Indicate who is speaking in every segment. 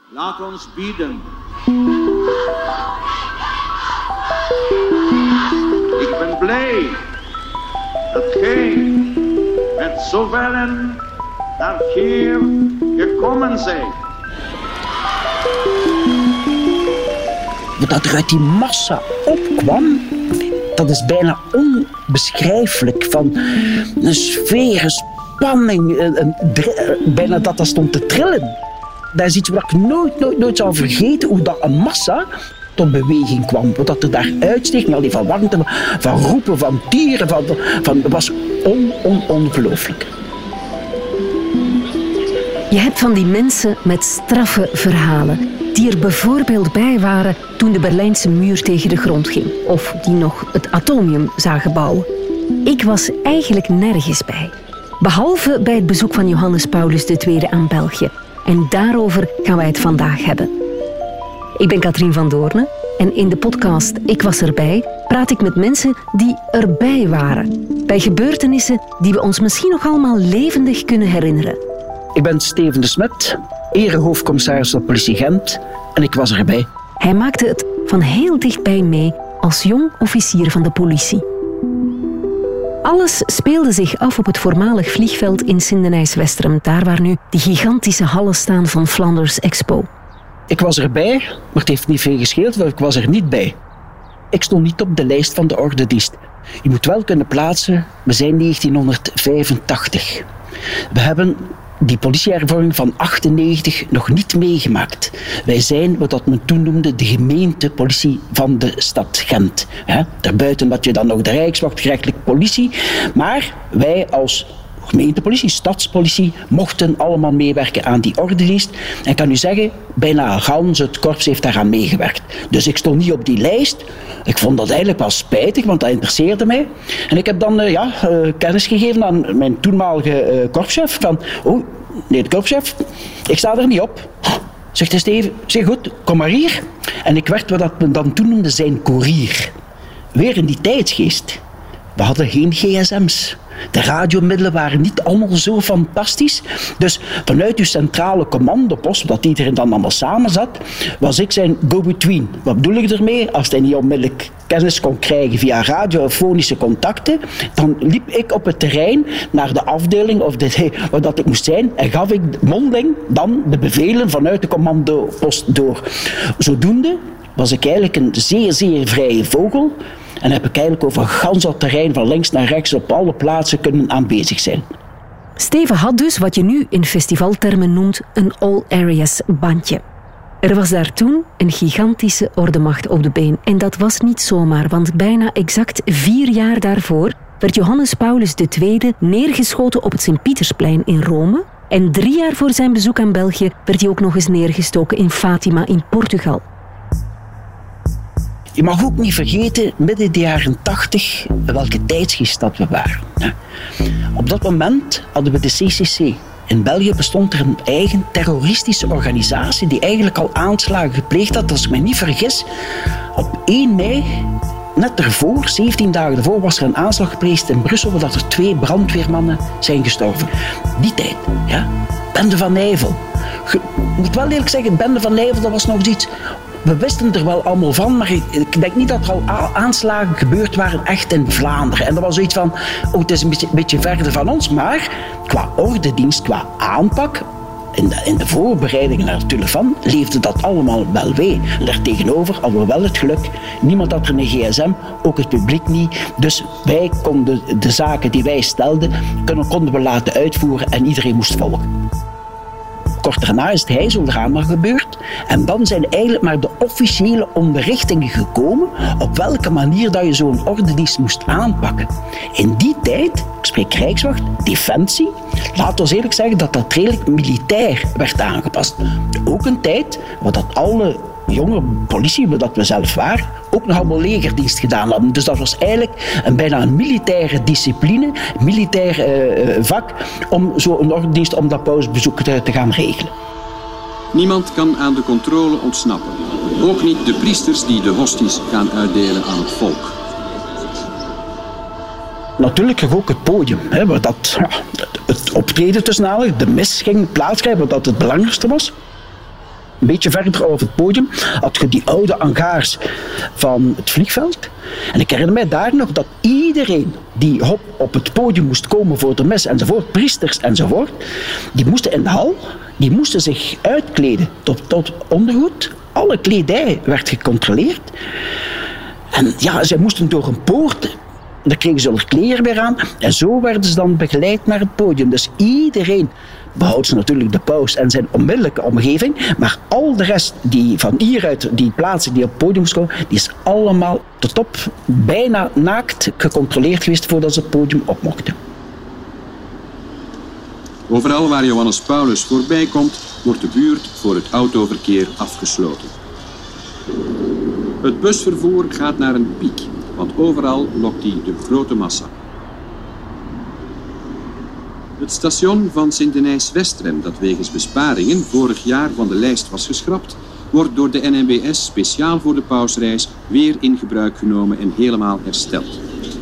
Speaker 1: Laat ons bieden. Ik ben blij dat gij met zoveel naar hier gekomen zijt.
Speaker 2: Wat er uit die massa opkwam, dat is bijna onbeschrijfelijk. Van een sfeer, een spanning, bijna dat stond te trillen. Dat is iets wat ik nooit zal vergeten, hoe dat een massa tot beweging kwam. Wat er daar uitsteeg, niet alleen van warmte, van roepen, van tieren, het was ongelooflijk.
Speaker 3: Je hebt van die mensen met straffe verhalen, die er bijvoorbeeld bij waren toen de Berlijnse muur tegen de grond ging, of die nog het atomium zagen bouwen. Ik was eigenlijk nergens bij, behalve bij het bezoek van Johannes Paulus II aan België. En daarover gaan wij het vandaag hebben. Ik ben Katrien van Doorne en in de podcast Ik was erbij praat ik met mensen die erbij waren. Bij gebeurtenissen die we ons misschien nog allemaal levendig kunnen herinneren.
Speaker 2: Ik ben Steven de Smet, erehoofdcommissaris van politie Gent en ik was erbij.
Speaker 3: Hij maakte het van heel dichtbij mee als jong officier van de politie. Alles speelde zich af op het voormalig vliegveld in Sindenijs-Westerem, daar waar nu die gigantische hallen staan van Flanders Expo.
Speaker 2: Ik was erbij, maar het heeft niet veel gescheeld, want ik was er niet bij. Ik stond niet op de lijst van de ordendienst. Je moet wel kunnen plaatsen, we zijn 1985. We hebben die politiehervorming van 98 nog niet meegemaakt. Wij zijn wat men toen noemde de gemeentepolitie van de stad Gent. Daarbuiten had je dan nog de Rijkswacht, gerechtelijke politie. Maar wij als gemeentepolitie, stadspolitie, mochten allemaal meewerken aan die ordendienst. En ik kan u zeggen, bijna gans het korps heeft daaraan meegewerkt. Dus ik stond niet op die lijst. Ik vond dat eigenlijk wel spijtig, want dat interesseerde mij. En ik heb dan kennis gegeven aan mijn toenmalige korpschef. Van, de korpschef, ik sta er niet op. Zegt hij Steven, zeg goed, kom maar hier. En ik werd wat men dan toen noemde zijn koerier. Weer in die tijdsgeest. We hadden geen gsm's. De radiomiddelen waren niet allemaal zo fantastisch. Dus vanuit uw centrale commandopost, dat iedereen dan allemaal samen zat, was ik zijn go-between. Wat bedoel ik ermee? Als hij niet onmiddellijk kennis kon krijgen via radiofonische contacten, dan liep ik op het terrein naar de afdeling of waar dat ik moest zijn en gaf ik mondeling dan de bevelen vanuit de commandopost door. Zodoende was ik eigenlijk een zeer, zeer vrije vogel. En heb ik eigenlijk over gans dat terrein van links naar rechts op alle plaatsen kunnen aanwezig zijn.
Speaker 3: Steven had dus wat je nu in festivaltermen noemt een all areas bandje. Er was daar toen een gigantische ordemacht op de been. En dat was niet zomaar, want bijna exact 4 jaar daarvoor werd Johannes Paulus II neergeschoten op het Sint-Pietersplein in Rome. En 3 jaar voor zijn bezoek aan België werd hij ook nog eens neergestoken in Fatima in Portugal.
Speaker 2: Je mag ook niet vergeten, midden de jaren 80, welke tijdsgeest dat we waren. Op dat moment hadden we de CCC. In België bestond er een eigen terroristische organisatie die eigenlijk al aanslagen gepleegd had, als ik me niet vergis. Op 1 mei, net ervoor, 17 dagen ervoor, was er een aanslag gepleegd in Brussel, waar er 2 brandweermannen zijn gestorven. Die tijd, Bende van Nijvel. Ik moet wel eerlijk zeggen, Bende van Nijvel, dat was nog iets. We wisten er wel allemaal van, maar ik denk niet dat er al aanslagen gebeurd waren echt in Vlaanderen. En dat was zoiets van, het is een beetje verder van ons, maar qua ordendienst, qua aanpak, in de voorbereidingen er natuurlijk van, leefde dat allemaal wel mee. Daartegenover hadden we wel het geluk, niemand had er een gsm, ook het publiek niet. Dus wij konden de zaken die wij stelden, konden we laten uitvoeren en iedereen moest volgen. Kort daarna is het heizeldrama gebeurd en dan zijn eigenlijk maar de officiële onderrichtingen gekomen op welke manier dat je zo'n ordendienst moest aanpakken. In die tijd, ik spreek Rijkswacht, Defensie, laten we eerlijk zeggen dat dat redelijk militair werd aangepast. Ook een tijd waar dat alle jonge politie, dat we zelf waren, ook nog allemaal legerdienst gedaan hadden. Dus dat was eigenlijk bijna een militaire discipline, militair vak, om zo'n ordendienst, om dat pauzebezoek te gaan regelen.
Speaker 4: Niemand kan aan de controle ontsnappen. Ook niet de priesters die de hosties gaan uitdelen aan het volk.
Speaker 2: Natuurlijk ook het podium, waar het optreden tussen de mis ging plaatsgrijpen, wat dat het belangrijkste was. Een beetje verder over het podium had je die oude hangars van het vliegveld. En ik herinner mij daar nog dat iedereen die op het podium moest komen voor de mis enzovoort, priesters enzovoort, die moesten in de hal, die moesten zich uitkleden tot ondergoed. Alle kledij werd gecontroleerd. En ja, zij moesten door een poort. Dan kregen ze er kleren weer aan. En zo werden ze dan begeleid naar het podium. Dus iedereen, behalve natuurlijk de paus en zijn onmiddellijke omgeving, maar al de rest die van hieruit, die plaatsen die op het podium moesten komen, die is allemaal tot op bijna naakt gecontroleerd geweest voordat ze het podium op mochten.
Speaker 4: Overal waar Johannes Paulus voorbij komt, wordt de buurt voor het autoverkeer afgesloten. Het busvervoer gaat naar een piek, want overal lokt hij de grote massa. Het station van Sint-Denijs-Westrem, dat wegens besparingen vorig jaar van de lijst was geschrapt, wordt door de NMBS speciaal voor de pausreis weer in gebruik genomen en helemaal hersteld.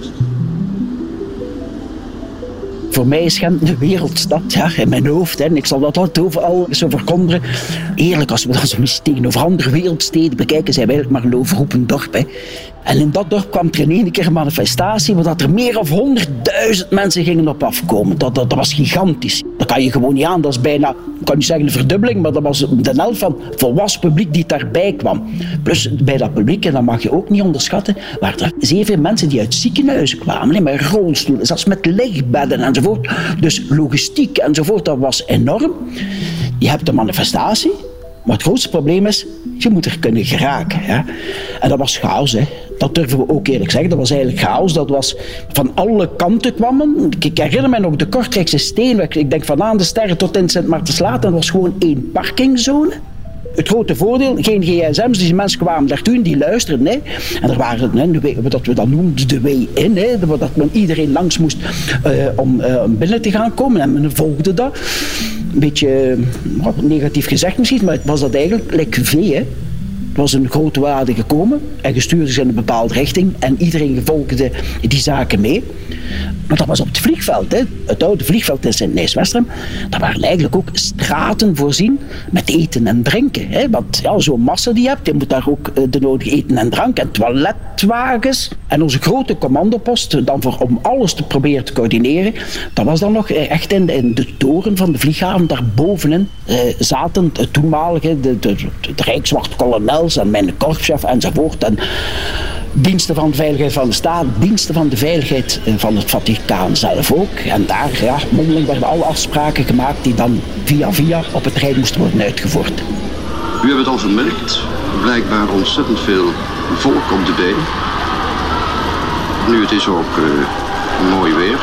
Speaker 2: Voor mij is Gent een wereldstad, ja, in mijn hoofd. Hè. En ik zal dat altijd overal zo verkondigen. Eerlijk, als we dat tegenover andere wereldsteden bekijken, zijn we eigenlijk maar een overroepend dorp. Hè. En in dat dorp kwam er in één keer een manifestatie, waar er meer dan 100.000 mensen gingen op afkomen. Dat was gigantisch. Dat kan je gewoon niet aan. Dat is bijna, ik kan niet zeggen een verdubbeling, maar dat was de helft van volwassen publiek die daarbij kwam. Plus bij dat publiek, en dat mag je ook niet onderschatten, waren er zeer veel mensen die uit ziekenhuizen kwamen, met rolstoelen, zelfs met lichtbedden enzovoort. Dus logistiek enzovoort, dat was enorm. Je hebt de manifestatie, maar het grootste probleem is, je moet er kunnen geraken. Ja. En dat was chaos, hè. Dat durven we ook eerlijk zeggen. Dat was eigenlijk chaos. Dat was van alle kanten kwamen. Ik herinner me nog de Kortrijkse Steenweg. Ik denk van aan de Sterren tot in Sint-Maartenslaat. En dat was gewoon 1 parkingzone. Het grote voordeel, geen gsm's, dus die mensen kwamen daartoe, die luisterden. Hè. En er waren, wat we dan noemden, de way in, hè, dat men iedereen langs moest om binnen te gaan komen. En men volgde dat. Een beetje negatief gezegd misschien, maar het was dat eigenlijk like vee, hè. Het was een grote waarde gekomen en gestuurd is in een bepaalde richting en iedereen volgde die zaken mee. Maar dat was op het vliegveld, hè. Het oude vliegveld in Sint-Denijs-Westrem. Daar waren eigenlijk ook straten voorzien met eten en drinken. Hè. Want ja, zo'n massa die je hebt, je moet daar ook de nodige eten en drank en toiletwagens. En onze grote commandopost, dan om alles te proberen te coördineren, dat was dan nog echt in de toren van de vlieghaven. Daar bovenin zaten toenmalige de Rijkswachtkolonels en mijn korpschef enzovoort. En diensten van de veiligheid van de staat, diensten van de veiligheid van het Vaticaan zelf ook. En daar, ja, mondeling werden alle afspraken gemaakt die dan via op het terrein moesten worden uitgevoerd.
Speaker 5: U hebt het al gemerkt, blijkbaar ontzettend veel volk op de been. Nu, het is ook mooi weer.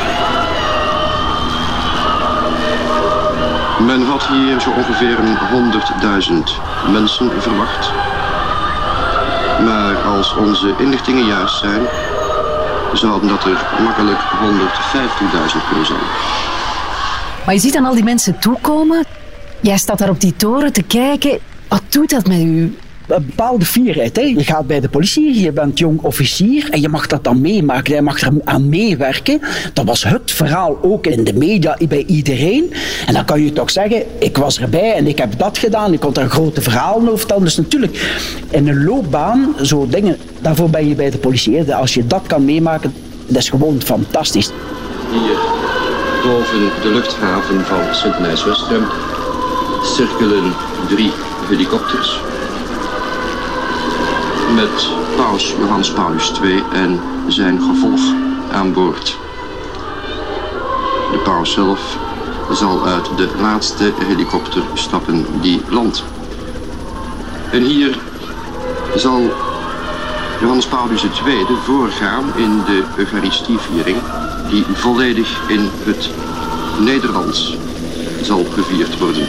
Speaker 5: Men had hier zo ongeveer 100.000 mensen verwacht. Maar als onze inlichtingen juist zijn, zouden dat er makkelijk 150.000 kunnen zijn.
Speaker 3: Maar je ziet dan al die mensen toekomen. Jij staat daar op die toren te kijken. Wat doet dat met u?
Speaker 2: Een bepaalde fierheid. Hè. Je gaat bij de politie, je bent jong officier en je mag dat dan meemaken. Je mag er aan meewerken. Dat was het verhaal ook in de media bij iedereen. En dan kan je toch zeggen, ik was erbij en ik heb dat gedaan. Ik kon daar grote verhalen over vertellen. Dus natuurlijk, in een loopbaan, zo dingen, daarvoor ben je bij de politie. Hè. Als je dat kan meemaken, dat is gewoon fantastisch.
Speaker 5: Hier boven de luchthaven van Sint-Denijs-Westrem cirkelen 3 helikopters. Met paus Johannes Paulus II en zijn gevolg aan boord. De paus zelf zal uit de laatste helikopter stappen die landt. En hier zal Johannes Paulus II voorgaan in de Eucharistieviering, die volledig in het Nederlands zal gevierd worden.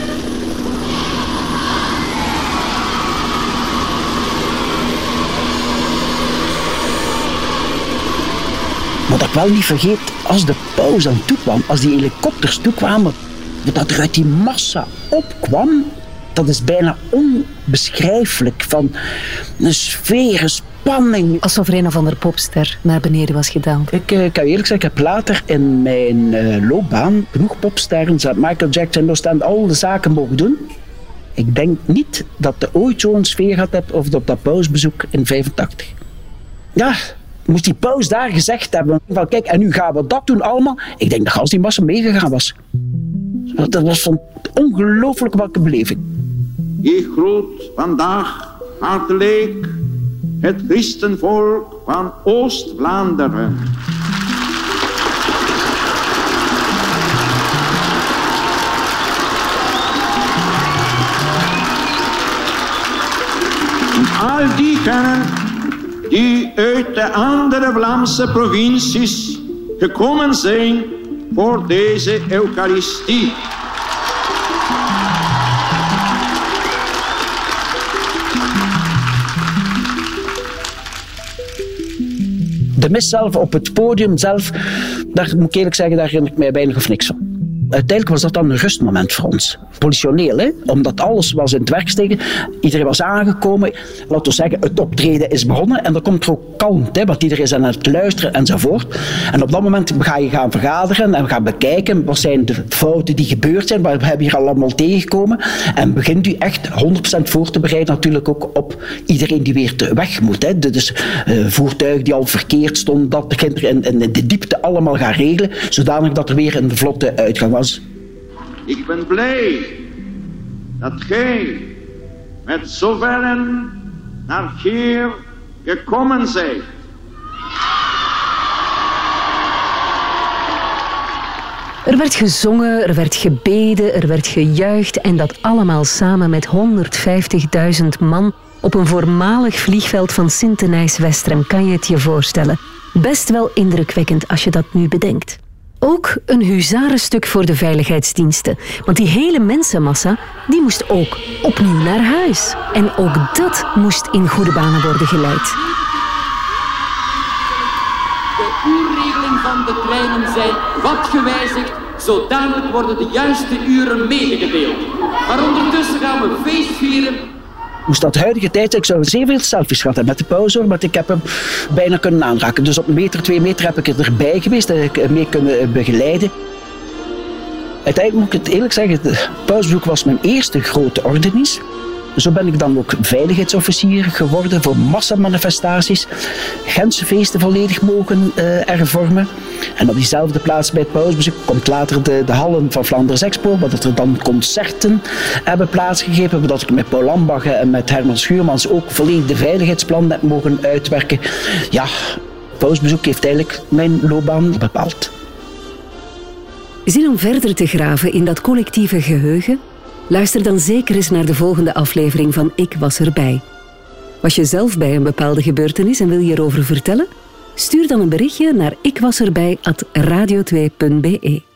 Speaker 2: Wat ik wel niet vergeet, als de paus aan toekwam, als die helikopters toekwamen, dat er uit die massa opkwam, dat is bijna onbeschrijfelijk. Van een sfeer, een spanning.
Speaker 3: Alsof er een of ander popster naar beneden was gedaald.
Speaker 2: Ik kan je eerlijk zeggen, ik heb later in mijn loopbaan genoeg popsterren, Michael Jackson, al de zaken mogen doen. Ik denk niet dat je ooit zo'n sfeer gehad hebt of op dat pausbezoek in 85. Ja, moest die paus daar gezegd hebben van kijk, en nu gaan we dat doen allemaal. Ik denk dat gans die massa meegegaan was. Dat was van ongelooflijk welke beleving.
Speaker 1: Ik groet vandaag hartelijk het christenvolk van Oost-Vlaanderen. En al diegenen die uit de andere Vlaamse provincies gekomen zijn voor deze Eucharistie.
Speaker 2: De mis zelf, op het podium zelf, daar moet ik eerlijk zeggen, daar herinner ik mij weinig of niks van. Uiteindelijk was dat dan een rustmoment voor ons. Politioneel, hè? Omdat alles was in het werk steken. Iedereen was aangekomen. Laten we zeggen, het optreden is begonnen. En dan komt er ook kalmte, want iedereen is aan het luisteren enzovoort. En op dat moment ga je gaan vergaderen en gaan bekijken wat zijn de fouten die gebeurd zijn. Wat hebben we hier allemaal tegengekomen. En begint u echt 100% voor te bereiden natuurlijk ook op iedereen die weer weg moet. Hè? Dus voertuigen die al verkeerd stonden, dat begint er in de diepte allemaal gaan regelen. Zodanig dat er weer een vlotte uitgang was.
Speaker 1: Ik ben blij dat gij met zoveel naar hier gekomen zijt.
Speaker 3: Er werd gezongen, er werd gebeden, er werd gejuicht en dat allemaal samen met 150.000 man op een voormalig vliegveld van Sint-Denijs-Westrem. Kan je het je voorstellen? Best wel indrukwekkend als je dat nu bedenkt. Ook een huzarenstuk voor de veiligheidsdiensten. Want die hele mensenmassa, die moest ook opnieuw naar huis. En ook dat moest in goede banen worden geleid.
Speaker 6: De uurregeling van de treinen zijn wat gewijzigd. Zodanig worden de juiste uren medegedeeld. Maar ondertussen gaan we feest vieren.
Speaker 2: Moest dat huidige tijd, ik zou zeer veel selfies gehad hebben met de paus, maar ik heb hem bijna kunnen aanraken. Dus op 1 meter, 2 meter heb ik erbij geweest, heb ik mee kunnen begeleiden. Uiteindelijk moet ik het eerlijk zeggen, het pausbezoek was mijn eerste grote ordendienst. Zo ben ik dan ook veiligheidsofficier geworden voor massamanifestaties. Gentse feesten volledig mogen hervormen. En op diezelfde plaats bij het pausbezoek komt later de hallen van Vlaanders Expo, waar er dan concerten hebben plaatsgegeven, waar ik met Paul Lambach en met Herman Schuurmans ook volledig de veiligheidsplan heb mogen uitwerken. Ja, het pausbezoek heeft eigenlijk mijn loopbaan bepaald.
Speaker 3: Zin om verder te graven in dat collectieve geheugen? Luister dan zeker eens naar de volgende aflevering van Ik Was Erbij. Was je zelf bij een bepaalde gebeurtenis en wil je erover vertellen? Stuur dan een berichtje naar ikwaserbij@radio2.be.